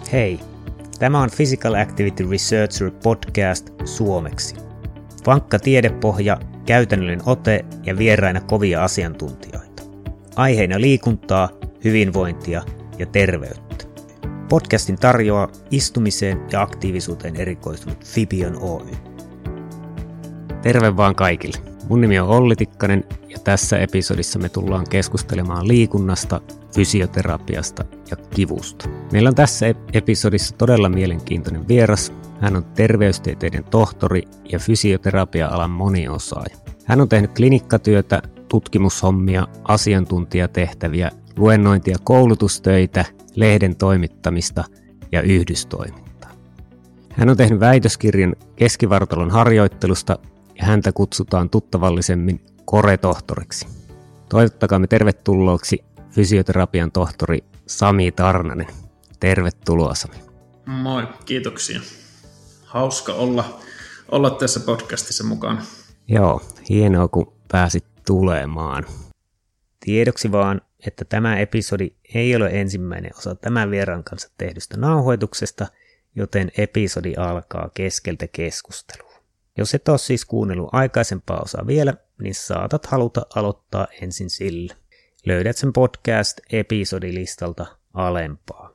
Hei, tämä on Physical Activity Researcher podcast suomeksi. Vankka tiedepohja, käytännöllinen ote ja vieraina kovia asiantuntijoita. Aiheina liikuntaa, hyvinvointia ja terveyttä. Podcastin tarjoaa istumiseen ja aktiivisuuteen erikoistunut Fibion Oy. Terve vaan kaikille. Mun nimi on Olli Tikkanen ja tässä episodissa me tullaan keskustelemaan liikunnasta, fysioterapiasta ja kivusta. Meillä on tässä episodissa todella mielenkiintoinen vieras. Hän on terveystieteiden tohtori ja fysioterapia-alan moniosaaja. Hän on tehnyt klinikkatyötä, tutkimushommia, asiantuntijatehtäviä, luennointia, koulutustöitä, lehden toimittamista ja yhdystoimintaa. Hän on tehnyt väitöskirjan keskivartalon harjoittelusta ja häntä kutsutaan tuttavallisemmin Kore-tohtoriksi. Toivottakaamme tervetulleeksi fysioterapian tohtori Sami Tarnanen. Tervetuloa, Sami. Moi, kiitoksia. Hauska olla tässä podcastissa mukana. Joo, hienoa kun pääsit tulemaan. Tiedoksi vaan, että tämä episodi ei ole ensimmäinen osa tämän vieraan kanssa tehdystä nauhoituksesta, joten episodi alkaa keskeltä keskustelua. Jos et ole siis kuunnellut aikaisempaa osaa vielä, niin saatat haluta aloittaa ensin sillä. Löydät sen podcast-episodilistalta alempaa.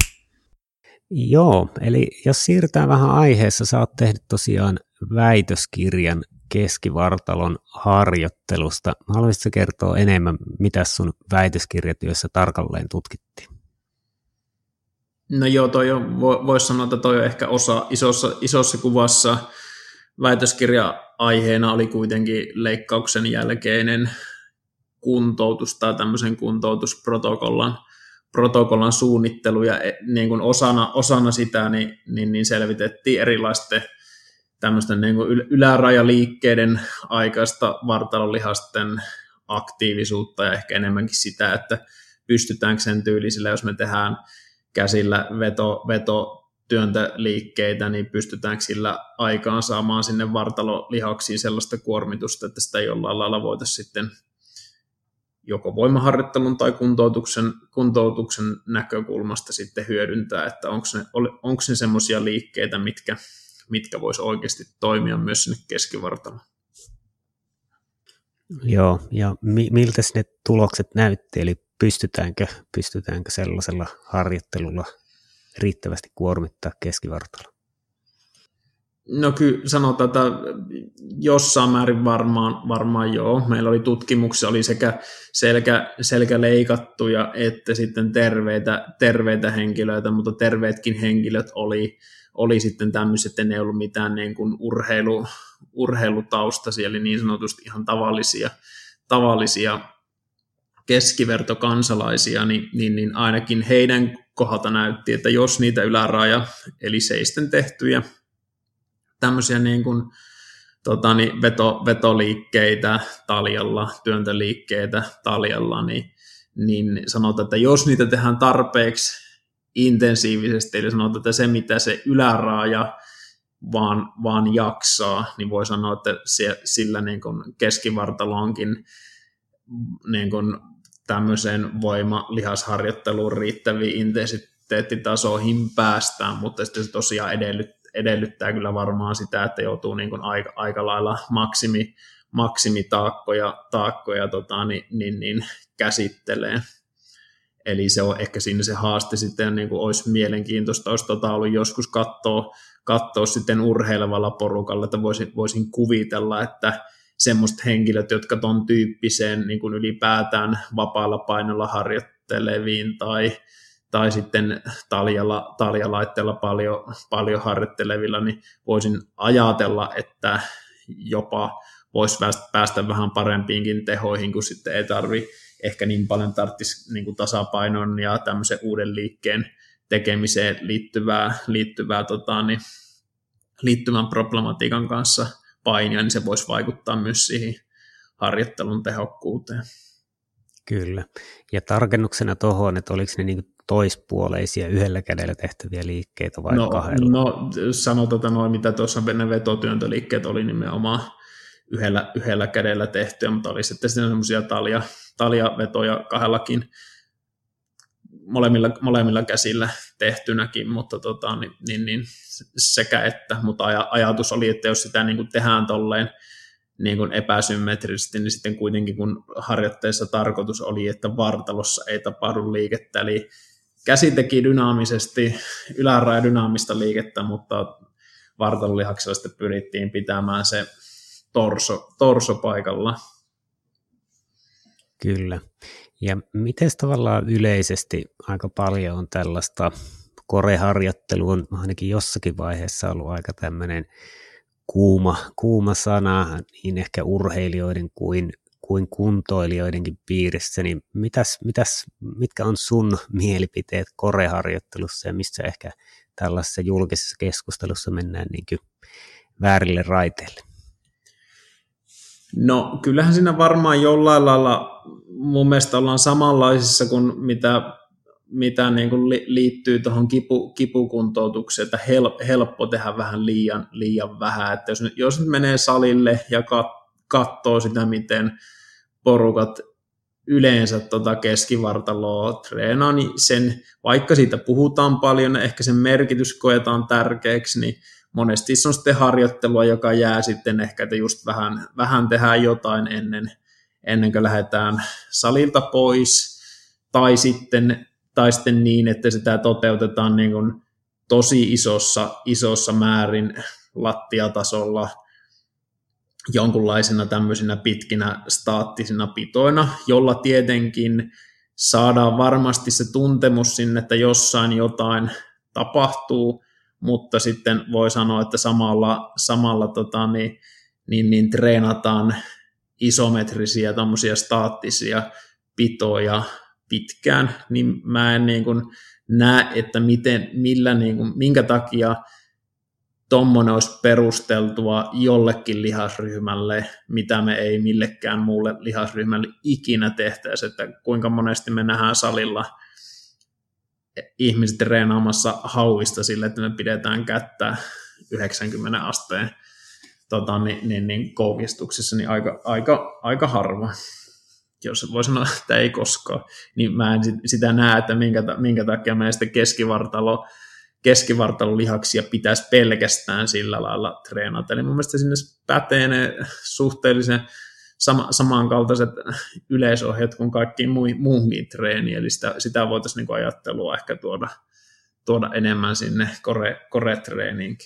Joo, eli jos siirrytään vähän aiheessa, sä oot tehnyt tosiaan väitöskirjan keskivartalon harjoittelusta. Haluaisitko kertoa enemmän, mitä sun väitöskirjatyössä tarkalleen tutkittiin? No joo, voisi sanoa, että toi on ehkä osa isossa kuvassa. Väitöskirja-aiheena oli kuitenkin leikkauksen jälkeinen kuntoutus tai tämmöisen kuntoutusprotokollan suunnittelu, ja niin kuin osana sitä niin selvitettiin erilaisten tämmöisten niin kuin ylärajaliikkeiden aikaista vartalolihasten aktiivisuutta ja ehkä enemmänkin sitä, että pystytäänkö sen tyylisillä, jos me tehdään käsillä työntöliikkeitä, niin pystytäänkö sillä aikaan saamaan sinne vartalolihaksiin sellaista kuormitusta, että sitä jollain lailla voitaisiin sitten joko voimaharjoittelun tai kuntoutuksen näkökulmasta sitten hyödyntää, että onko ne semmoisia liikkeitä, mitkä vois oikeasti toimia myös sinne keskivartaloon. Joo, ja miltä ne tulokset näytti, eli pystytäänkö sellaisella harjoittelulla riittävästi kuormittaa keskivartalo? No kyllä sanotaan, että jossain määrin varmaan joo. Meillä oli tutkimuksia, oli sekä selkäleikattuja että sitten terveitä henkilöitä, mutta terveetkin henkilöt oli sitten tämmöiset, että ne ei ollut mitään niin kuin urheilutaustaisia, eli niin sanotusti ihan tavallisia keskivertokansalaisia, niin ainakin heidän kohdalta näytti, että jos niitä yläraja, eli seisten tehtyjä tämmöisiä niin kuin, vetoliikkeitä taljalla, työntöliikkeitä taljalla, niin sanotaan, että jos niitä tehdään tarpeeksi intensiivisesti, eli sanotaan, että se mitä se yläraja vaan jaksaa, niin voi sanoa, että sillä niin kuin keskivartalonkin niin kuin tämmöiseen voimalihasharjoitteluun riittäviin intensiteettitasoihin päästään, mutta sitten se tosiaan edellyttää kyllä varmaan sitä, että joutuu niin kuin aika lailla maksimitaakkoja käsittelee. Eli se on ehkä siinä se haaste sitten, niin kuin olisi mielenkiintoista, olisi ollut joskus katsoa sitten urheilevalla porukalla, että voisin kuvitella, että semmoiset henkilöt, jotka ton tyyppiseen niin kuin ylipäätään vapaalla painolla harjoitteleviin tai sitten taljalaitteella paljon harjoittelevilla, niin voisin ajatella, että jopa voisi päästä vähän parempiinkin tehoihin, kun sitten ei ehkä niin paljon tarvitsisi niin kuin tasapainon ja tämmöisen uuden liikkeen tekemiseen liittyvän problematiikan kanssa painia, niin se voisi vaikuttaa myös siihen harjoittelun tehokkuuteen. Kyllä. Ja tarkennuksena tuohon, että oliko ne niin toispuoleisia yhdellä kädellä tehtäviä liikkeitä vai kahdella? No sanotaan, että mitä tuossa ne vetotyöntöliikkeet oli nimenomaan yhdellä kädellä tehtyä, mutta oli sitten semmoisia taljavetoja kahdellakin molemmilla käsillä tehtynäkin, mutta niin sekä että, mutta ajatus oli, että jos sitä niin kuin tehdään tolleen niin kuin epäsymmetrisesti, niin sitten kuitenkin kun harjoitteessa tarkoitus oli, että vartalossa ei tapahdu liikettä, eli käsi teki dynaamisesti yläraja dynaamista liikettä, mutta vartalolihaksella sitten pyrittiin pitämään se torso paikalla. Kyllä. Ja miten tavallaan yleisesti aika paljon on tällaista koreharjoittelua, on ainakin jossakin vaiheessa ollut aika tämmöinen kuuma sana, niin ehkä urheilijoiden kuin kuntoilijoidenkin piirissä, niin mitkä on sun mielipiteet koreharjoittelussa ja missä ehkä tällaisessa julkisessa keskustelussa mennään niin kuin väärille raiteille? No kyllähän siinä varmaan jollain lailla mun mielestä ollaan samanlaisissa kuin mitä niin kuin liittyy tuohon kipukuntoutukseen, että helppo tehdä vähän liian vähän. Että jos nyt menee salille ja katsoo sitä, miten porukat yleensä keskivartaloa treenaa, niin vaikka siitä puhutaan paljon, ehkä sen merkitys koetaan tärkeäksi, niin monesti se on sitten harjoittelua, joka jää sitten ehkä, että just vähän tehdään jotain ennen kuin lähdetään salilta pois, tai sitten niin, että sitä toteutetaan niin kuin tosi isossa määrin lattiatasolla jonkunlaisena tämmöisinä pitkinä staattisina pitoina, jolla tietenkin saadaan varmasti se tuntemus sinne, että jossain jotain tapahtuu, mutta sitten voi sanoa, että samalla treenataan isometrisiä tommosia staattisia pitoja pitkään, niin mä en niin kuin näe, että minkä takia tommoinen olisi perusteltua jollekin lihasryhmälle, mitä me ei millekään muulle lihasryhmälle ikinä tehtäisi, että kuinka monesti me nähdään salilla ihmiset treenaamassa hauista sille, että me pidetään kättä 90 asteen koukistuksissa, niin aika harva. Jos voi sanoa, että ei koskaan, niin mä en sitä näe, että minkä takia meidän sitten keskivartalolihaksia pitäisi pelkästään sillä lailla treenata. Eli mun mielestä sinne pätee ne suhteellisen samankaltaiset yleisohjeet kuin kaikkiin muuhunkin treeniin, eli sitä voitaisiin niin ajattelua ehkä tuoda enemmän sinne core-treeniinkin.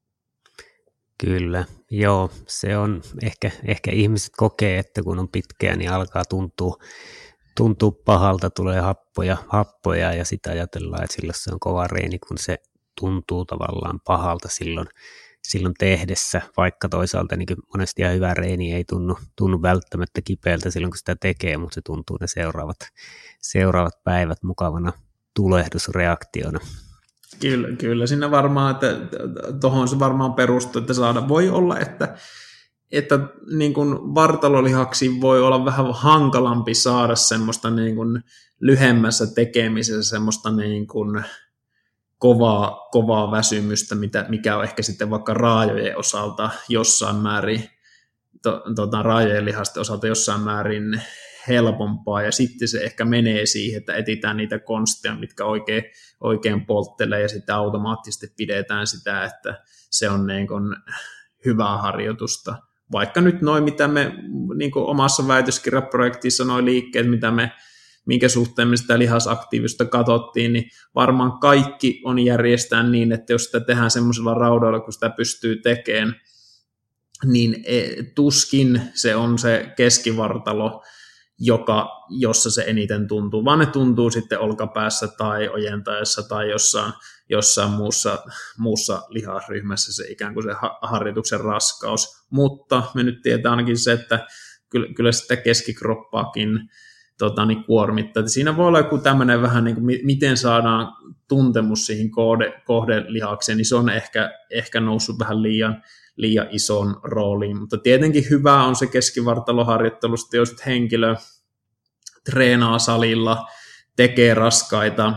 Kyllä, se on ehkä ihmiset kokee, että kun on pitkään, niin alkaa tuntuu pahalta, tulee happoja ja sitä ajatellaan, että silloin se on kova reeni, kun se tuntuu tavallaan pahalta silloin tehdessä, vaikka toisaalta niin monesti ihan hyvä reeni ei tunnu välttämättä kipeältä silloin, kun sitä tekee, mutta se tuntuu ne seuraavat päivät mukavana tulehdusreaktiona. Kyllä siinä varmaan, että tuohon se varmaan perustuu, että voi olla, että niin kuin vartalolihaksi voi olla vähän hankalampi saada semmoista niin kuin lyhemmässä tekemisessä semmoista niin kuin kovaa väsymystä, mikä on ehkä sitten vaikka raajojen osalta jossain määrin, raajojen lihasten osalta jossain määrin helpompaa, ja sitten se ehkä menee siihen, että etsitään niitä konsteja, mitkä oikein polttelee, ja sitten automaattisesti pidetään sitä, että se on niin kuin hyvää harjoitusta. Vaikka nyt mitä me niin kuin omassa väitöskirjaprojektissa liikkeet, minkä suhteen me sitä lihasaktiivisuutta katsottiin, niin varmaan kaikki on järjestää niin, että jos sitä tehdään semmoisella raudoilla, kun sitä pystyy tekemään, niin tuskin se on se keskivartalo, jossa se eniten tuntuu, vaan ne tuntuu sitten olkapäässä tai ojentaessa tai jossain muussa lihasryhmässä se ikään kuin se harjoituksen raskaus, mutta me nyt tiedetään ainakin se, että kyllä sitä keskikroppaakin kuormittaa. Siinä voi olla joku tämmöinen vähän niin kuin, miten saadaan tuntemus siihen kohdelihakseen, niin se on ehkä noussut vähän liian ison rooliin, mutta tietenkin hyvä on se keskivartaloharjoittelu, jos henkilö treenaa salilla, tekee raskaita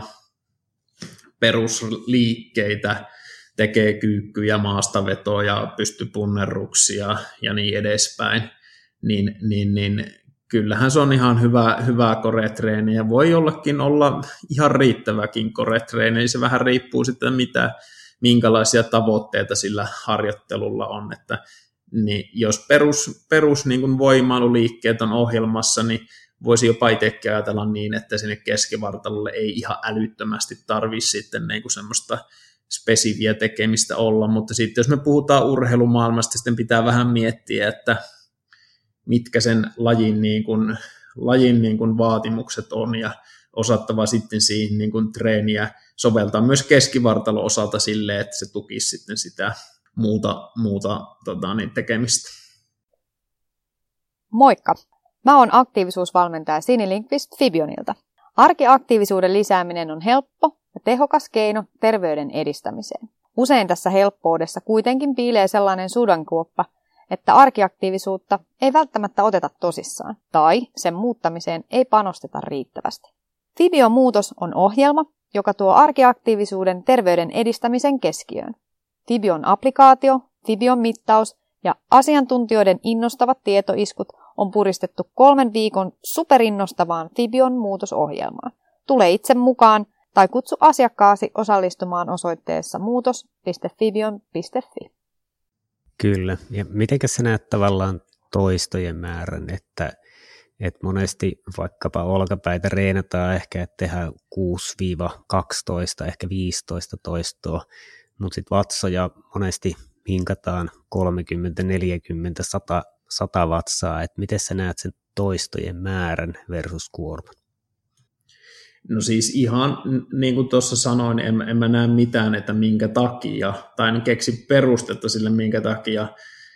perusliikkeitä, tekee kyykkyjä, maastavetoja, pystypunnerruksia ja niin edespäin, niin kyllähän se on ihan hyvää core-treeni ja voi olla ihan riittäväkin core-treeni. Se vähän riippuu sitten, minkälaisia tavoitteita sillä harjoittelulla on. Että, niin jos perus niin kuin voimailuliikkeet on ohjelmassa, niin voisi jopa itsekin ajatella niin, että sinne keskivartalolle ei ihan älyttömästi tarvitse sitten niin kuin semmoista spesifiä tekemistä olla, mutta sitten jos me puhutaan urheilumaailmasta, sitten pitää vähän miettiä, että mitkä sen lajin niin kuin vaatimukset on, ja osattava sitten siihen niin kuin treeniä soveltaa myös keskivartalon osalta silleen, että se tukisi sitten sitä muuta tekemistä. Moikka! Mä oon aktiivisuusvalmentaja Sini Lindqvist Fibionilta. Arkiaktiivisuuden lisääminen on helppo ja tehokas keino terveyden edistämiseen. Usein tässä helppoudessa kuitenkin piilee sellainen sudankuoppa, että arkiaktiivisuutta ei välttämättä oteta tosissaan, tai sen muuttamiseen ei panosteta riittävästi. Fibion muutos on ohjelma, joka tuo arkiaktiivisuuden terveyden edistämisen keskiöön. Fibion applikaatio, Fibion mittaus ja asiantuntijoiden innostavat tietoiskut on puristettu 3 viikon superinnostavaan Fibion muutosohjelmaan. Tule itse mukaan tai kutsu asiakkaasi osallistumaan osoitteessa muutos.fibion.fi. Kyllä. Ja mitenkä sä näet tavallaan toistojen määrän, että monesti vaikkapa olkapäitä reenataan ehkä, että tehdään 6-12, ehkä 15 toistoa, mutta sitten vatsoja monesti hinkataan 30, 40, 100 vatsaa, että miten sä näet sen toistojen määrän versus kuorman? No siis ihan niin kuin tuossa sanoin, en mä näe mitään, että minkä takia, tai en keksi perustetta sille, minkä takia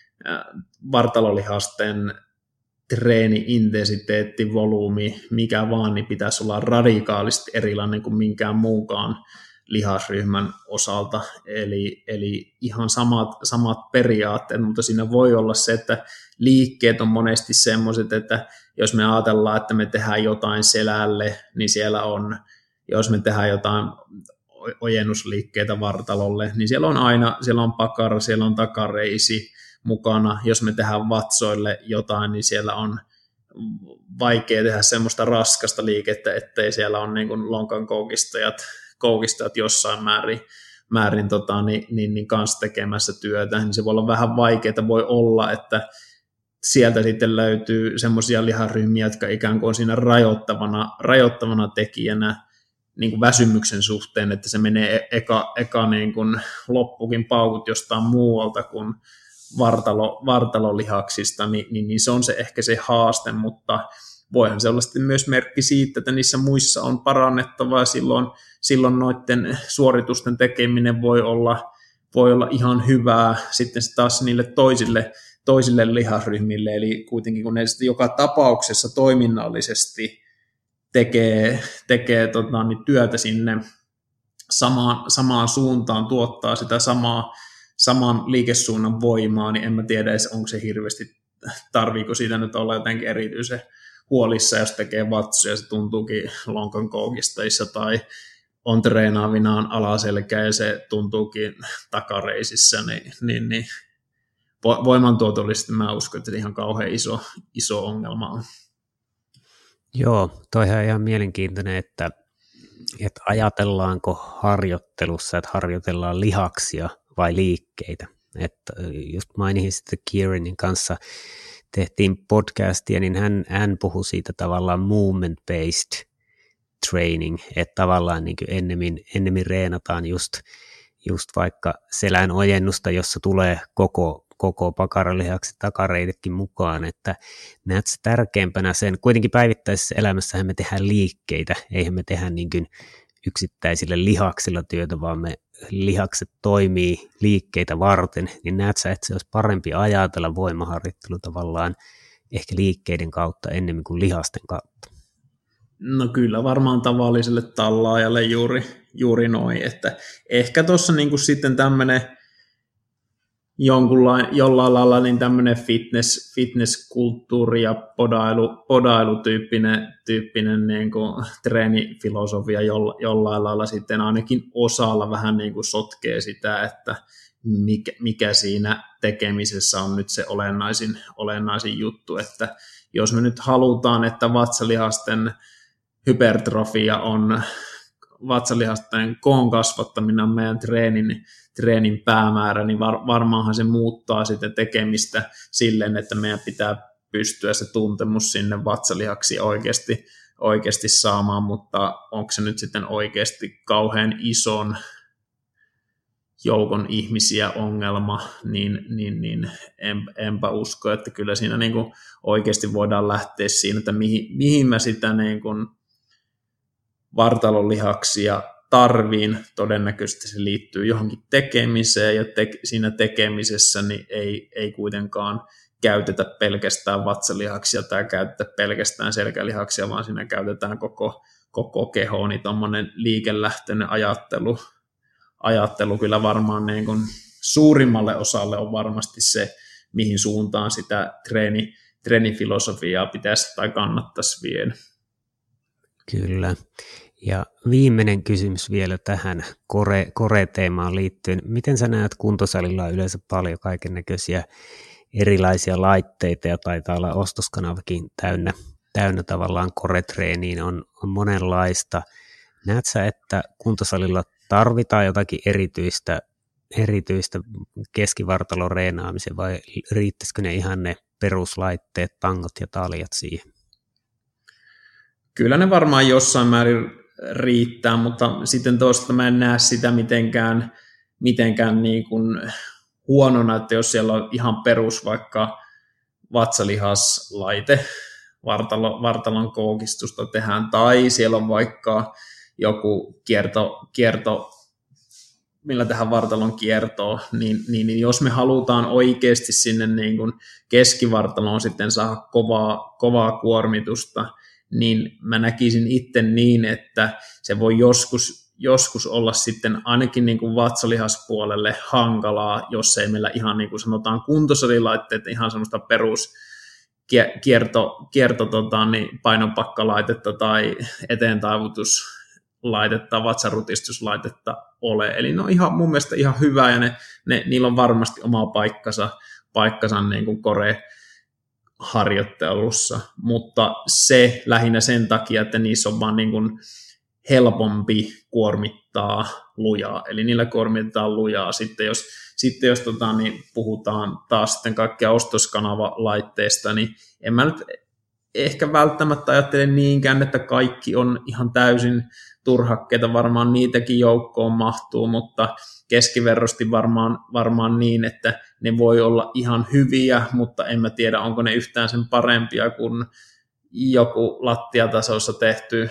vartalolihasten treeni-intensiteetti, volyymi, mikä vaan, niin pitäisi olla radikaalisti erilainen kuin minkään muunkaan lihasryhmän osalta, eli ihan samat periaatteet, mutta siinä voi olla se, että liikkeet on monesti semmoiset, että jos me ajatellaan, että me tehdään jotain selälle, niin siellä on, jos me tehdään jotain ojennusliikkeitä vartalolle, niin siellä on pakara, siellä on takareisi mukana. Jos me tehdään vatsoille jotain, niin siellä on vaikea tehdä semmoista raskasta liikettä, ettei siellä ole niin kuin lonkan koukistajat jossain määrin niin kanssa tekemässä työtä, niin se voi olla vähän vaikeaa. Voi olla, että sieltä sitten löytyy semmoisia liharyhmiä, jotka ikään kuin on siinä rajoittavana tekijänä niin kuin väsymyksen suhteen, että se menee eka niin kuin loppukin paukut jostain muualta kuin vartalolihaksista, niin se on se ehkä se haaste, mutta voihan se olla sitten myös merkki siitä, että niissä muissa on parannettavaa, ja silloin noiden suoritusten tekeminen voi olla ihan hyvää sitten taas niille toisille lihasryhmille, eli kuitenkin kun ne sitten joka tapauksessa toiminnallisesti tekee työtä sinne samaan suuntaan, tuottaa sitä saman liikesuunnan voimaa, niin en mä tiedä, onko se hirveästi, tarviiko siitä nyt olla jotenkin erityisen huolissa, jos tekee vatsoja, se tuntuukin lonkan koukistajissa, tai on treenaavinaan alaselkä ja se tuntuukin takareisissä, niin voimantuotollisesti mä uskon, että se ihan kauhean iso ongelma on. Joo, toihan on ihan mielenkiintoinen, että ajatellaanko harjoittelussa, että harjoitellaan lihaksia vai liikkeitä. Että just mainitsin, että Kieranin kanssa tehtiin podcastia, niin hän puhui siitä tavallaan movement-based training, että tavallaan niin ennemmin reenataan just vaikka selän ojennusta, jossa tulee koko pakaralihakset, takareititkin mukaan, että näet sä tärkeämpänä sen, kuitenkin päivittäisessä elämässähän me tehdään liikkeitä, eihän me tehdä niin kuin yksittäisillä lihaksilla työtä, vaan me lihakset toimii liikkeitä varten, niin näet sä, että se olisi parempi ajatella voimaharjoittelu tavallaan ehkä liikkeiden kautta ennemmin kuin lihasten kautta? No kyllä varmaan tavalliselle tallaajalle juuri noin, että ehkä tuossa niin kuin sitten tämmöinen jollain lailla niin tämmöinen fitnesskulttuuri ja podailutyyppinen niin kuin treenifilosofia jollain lailla sitten ainakin osalla vähän niin kuin sotkee sitä, että mikä siinä tekemisessä on nyt se olennaisin juttu, että jos me nyt halutaan, että vatsalihasten hypertrofia on, vatsalihasten koon kasvattaminen on meidän treenin päämäärä, niin varmaanhan se muuttaa sitä tekemistä silleen, että meidän pitää pystyä se tuntemus sinne vatsalihaksi oikeasti saamaan, mutta onko se nyt sitten oikeasti kauhean ison joukon ihmisiä ongelma, niin enpä usko, että kyllä siinä niin kuin oikeasti voidaan lähteä siinä, että mihin mä sitä niin kuin vartalolihaksia tarviin, todennäköisesti se liittyy johonkin tekemiseen, ja siinä tekemisessä niin ei kuitenkaan käytetä pelkästään vatsalihaksia tai käytetä pelkästään selkälihaksia, vaan siinä käytetään koko keho, niin tuommoinen liikelähtöinen ajattelu kyllä varmaan niin kuin suurimmalle osalle on varmasti se, mihin suuntaan sitä treenifilosofiaa pitäisi tai kannattaisi viedä. Kyllä. Ja viimeinen kysymys vielä tähän core-teemaan liittyen. Miten sä näet, kuntosalilla on yleensä paljon kaikennäköisiä erilaisia laitteita ja taitaa olla ostoskanavakin täynnä tavallaan core-treeniin, on monenlaista. Näet sä, että kuntosalilla tarvitaan jotakin erityistä keskivartalon reenaamiseen vai riittäisikö ne ihan ne peruslaitteet, tangot ja taljat siihen? Kyllä ne varmaan jossain määrin riittää, mutta sitten toisaalta mä en näe sitä mitenkään niin kuin huonona, että jos siellä on ihan perus vaikka vatsalihaslaite, vartalon koukistusta tehdään, tai siellä on vaikka joku kierto millä tähän vartalon kiertoon, niin jos me halutaan oikeasti sinne niin kuin keskivartaloon sitten saada kovaa kuormitusta, niin mä näkisin itse niin, että se voi joskus olla sitten ainakin niin kuin vatsalihaspuolelle hankalaa, jos ei meillä ihan niin kuin sanotaan kuntosalilaitteet, ihan semmoista perus niin painopakkalaitetta tai eteentaivutuslaitetta, vatsarutistuslaitetta ole. Eli ne on ihan, mun mielestä ihan hyvä ja niillä on varmasti oma paikkansa niin kuin core-harjoittelussa, mutta se lähinnä sen takia, että niissä on vaan niin kuin helpompi kuormittaa lujaa, eli niillä kuormitetaan lujaa. Sitten jos niin puhutaan taas sitten kaikkea ostoskanavalaitteista, niin en mä nyt ehkä välttämättä ajattele niinkään, että kaikki on ihan täysin turhakkeita, varmaan niitäkin joukkoon mahtuu, mutta keskiverrosti varmaan niin, että ne voi olla ihan hyviä, mutta en mä tiedä, onko ne yhtään sen parempia kuin joku lattiatasossa tehty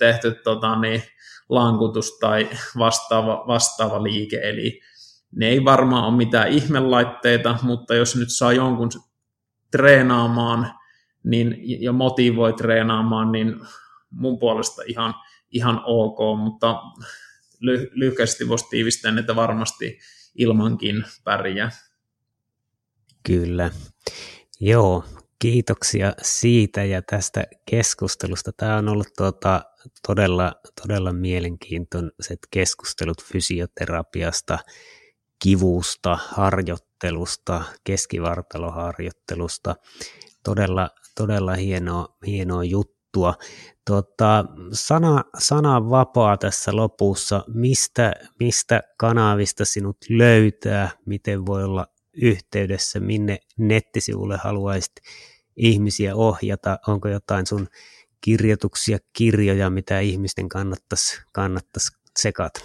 lankutus tai vastaava liike, eli ne ei varmaan ole mitään ihmelaitteita, mutta jos nyt saa jonkun treenaamaan niin, ja motivoi treenaamaan, niin mun puolesta ihan ok, mutta lyhyesti voisi tiivistää, että varmasti ilmankin pärjää. Kyllä. Joo, kiitoksia siitä ja tästä keskustelusta. Tämä on ollut todella mielenkiintoiset keskustelut fysioterapiasta, kivusta, harjoittelusta, keskivartaloharjoittelusta. Todella hienoa juttua. Sana vapaa tässä lopussa. Mistä kanavista sinut löytää? Miten voi olla yhteydessä? Minne nettisivulle haluaisit ihmisiä ohjata? Onko jotain sun kirjoituksia, kirjoja, mitä ihmisten kannattaisi tsekata?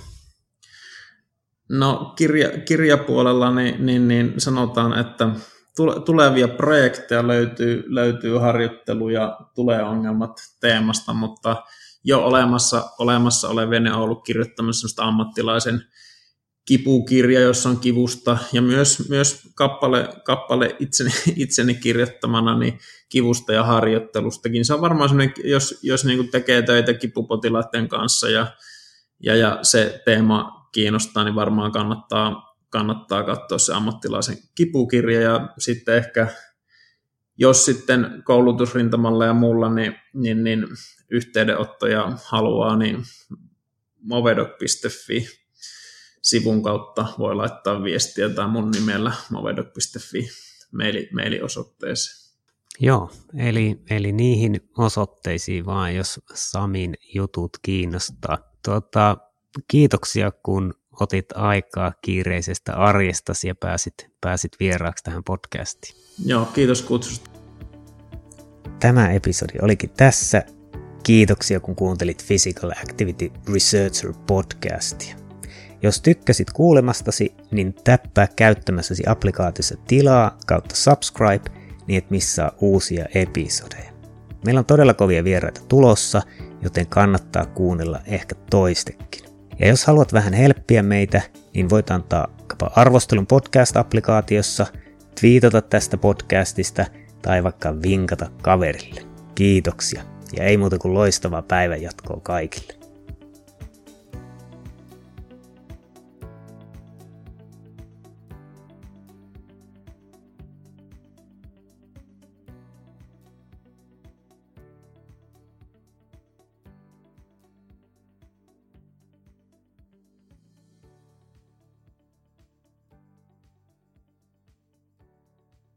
No kirjapuolella niin sanotaan, että tulevia projekteja löytyy harjoittelu ja tulee ongelmat teemasta, mutta jo olemassa olevien on ollut kirjoittamassa sellaista ammattilaisen kipukirja, jossa on kivusta ja myös kappale itseni kirjoittamana niin kivusta ja harjoittelustakin. Se on varmaan sellainen, jos niin kuin tekee töitä kipupotilaiden kanssa ja se teema kiinnostaa, niin varmaan kannattaa katsoa se ammattilaisen kipukirja ja sitten ehkä, jos sitten koulutusrintamalla ja muulla niin yhteydenottoja haluaa, niin movedoc.fi sivun kautta voi laittaa viestiä tai mun nimellä movedog.fi mailiosoitteeseen. Joo, eli niihin osoitteisiin vaan, jos Samin jutut kiinnostaa. Kiitoksia, kun otit aikaa kiireisestä arjestasi ja pääsit vieraaksi tähän podcastiin. Joo, kiitos kutsusta. Tämä episodi olikin tässä. Kiitoksia, kun kuuntelit Physical Activity Researcher podcastia. Jos tykkäsit kuulemastasi, niin täppää käyttämässäsi applikaatiossa tilaa kautta subscribe, niin et missaa uusia episodeja. Meillä on todella kovia vieraita tulossa, joten kannattaa kuunnella ehkä toistekin. Ja jos haluat vähän helppiä meitä, niin voit antaa arvostelun podcast-applikaatiossa, twiitata tästä podcastista tai vaikka vinkata kaverille. Kiitoksia ja ei muuta kuin loistavaa päivänjatkoa kaikille.